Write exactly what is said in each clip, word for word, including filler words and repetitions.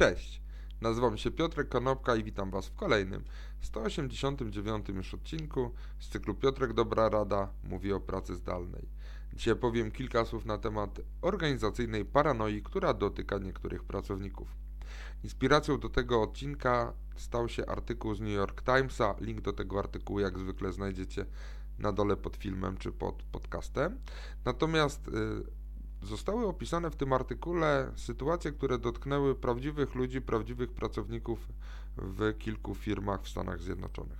Cześć, nazywam się Piotrek Konopka i witam Was w kolejnym, sto osiemdziesiątym dziewiątym już odcinku z cyklu Piotrek Dobra Rada mówi o pracy zdalnej. Dzisiaj powiem kilka słów na temat organizacyjnej paranoi, która dotyka niektórych pracowników. Inspiracją do tego odcinka stał się artykuł z New York Timesa. Link do tego artykułu jak zwykle znajdziecie na dole pod filmem czy pod podcastem. Natomiast y, zostały opisane w tym artykule sytuacje, które dotknęły prawdziwych ludzi, prawdziwych pracowników w kilku firmach w Stanach Zjednoczonych.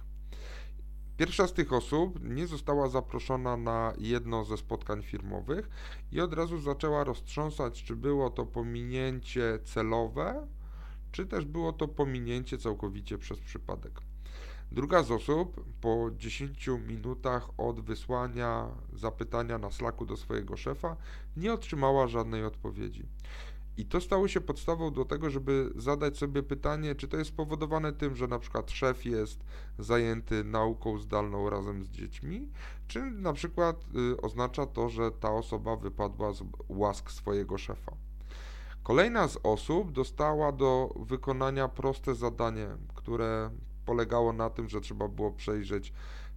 Pierwsza z tych osób nie została zaproszona na jedno ze spotkań firmowych i od razu zaczęła roztrząsać, czy było to pominięcie celowe, czy też było to pominięcie całkowicie przez przypadek. Druga z osób po dziesięciu minutach od wysłania zapytania na Slacku do swojego szefa nie otrzymała żadnej odpowiedzi. I to stało się podstawą do tego, żeby zadać sobie pytanie, czy to jest spowodowane tym, że na przykład szef jest zajęty nauką zdalną razem z dziećmi, czy na przykład y, oznacza to, że ta osoba wypadła z łask swojego szefa. Kolejna z osób dostała do wykonania proste zadanie, które polegało na tym, że trzeba było przejrzeć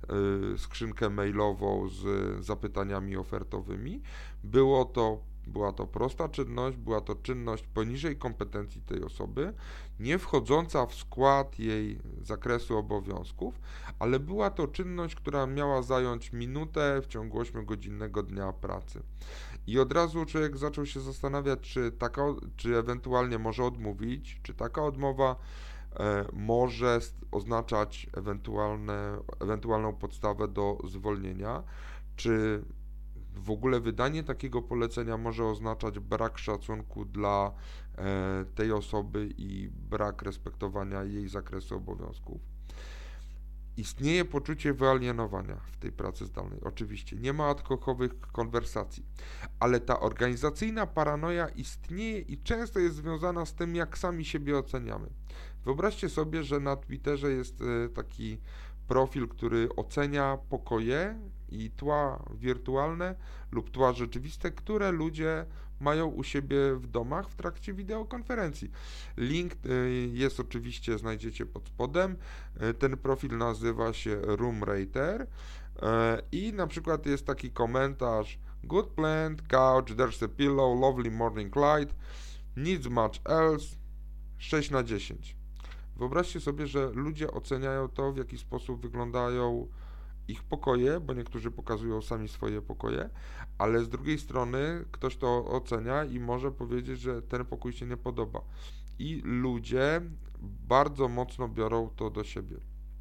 y, skrzynkę mailową z zapytaniami ofertowymi. Było to, była to prosta czynność, była to czynność poniżej kompetencji tej osoby, nie wchodząca w skład jej zakresu obowiązków, ale była to czynność, która miała zająć minutę w ciągu ośmiogodzinnego dnia pracy. I od razu człowiek zaczął się zastanawiać, czy taka, czy ewentualnie może odmówić, czy taka odmowa e, może oznaczać ewentualne, ewentualną podstawę do zwolnienia, czy w ogóle wydanie takiego polecenia może oznaczać brak szacunku dla e, tej osoby i brak respektowania jej zakresu obowiązków. Istnieje poczucie wyalienowania w tej pracy zdalnej. Oczywiście nie ma odkochowych konwersacji, ale ta organizacyjna paranoja istnieje i często jest związana z tym, jak sami siebie oceniamy. Wyobraźcie sobie, że na Twitterze jest taki profil, który ocenia pokoje i tła wirtualne lub tła rzeczywiste, które ludzie mają u siebie w domach w trakcie wideokonferencji. Link jest oczywiście, znajdziecie pod spodem. Ten profil nazywa się Room Rater i na przykład jest taki komentarz: Good plant, couch, there's a pillow, lovely morning light, needs much else, sześć na dziesięć. Wyobraźcie sobie, że ludzie oceniają to, w jaki sposób wyglądają ich pokoje, bo niektórzy pokazują sami swoje pokoje, ale z drugiej strony ktoś to ocenia i może powiedzieć, że ten pokój się nie podoba. I ludzie bardzo mocno biorą to do siebie.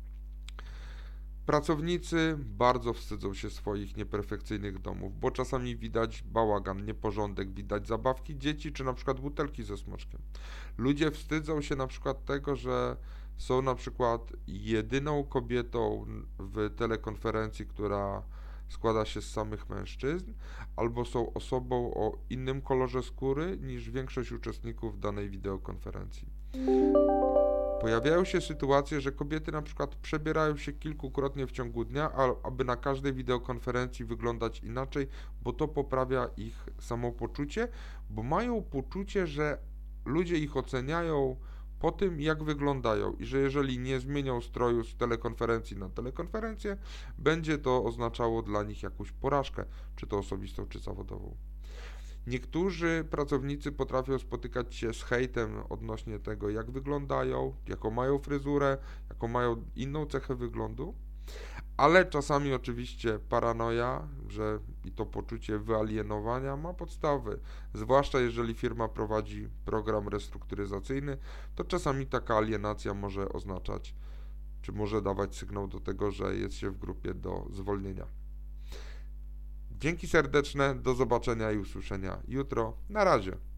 Pracownicy bardzo wstydzą się swoich nieperfekcyjnych domów, bo czasami widać bałagan, nieporządek, widać zabawki dzieci, czy na przykład butelki ze smoczkiem. Ludzie wstydzą się na przykład tego, że są na przykład jedyną kobietą w telekonferencji, która składa się z samych mężczyzn, albo są osobą o innym kolorze skóry niż większość uczestników danej wideokonferencji. Pojawiają się sytuacje, że kobiety na przykład przebierają się kilkukrotnie w ciągu dnia, aby na każdej wideokonferencji wyglądać inaczej, bo to poprawia ich samopoczucie, bo mają poczucie, że ludzie ich oceniają po tym, jak wyglądają i że jeżeli nie zmienią stroju z telekonferencji na telekonferencję, będzie to oznaczało dla nich jakąś porażkę, czy to osobistą, czy zawodową. Niektórzy pracownicy potrafią spotykać się z hejtem odnośnie tego, jak wyglądają, jaką mają fryzurę, jaką mają inną cechę wyglądu, ale czasami oczywiście paranoja, że i to poczucie wyalienowania ma podstawy, zwłaszcza jeżeli firma prowadzi program restrukturyzacyjny, to czasami taka alienacja może oznaczać, czy może dawać sygnał do tego, że jest się w grupie do zwolnienia. Dzięki serdeczne, do zobaczenia i usłyszenia jutro. Na razie.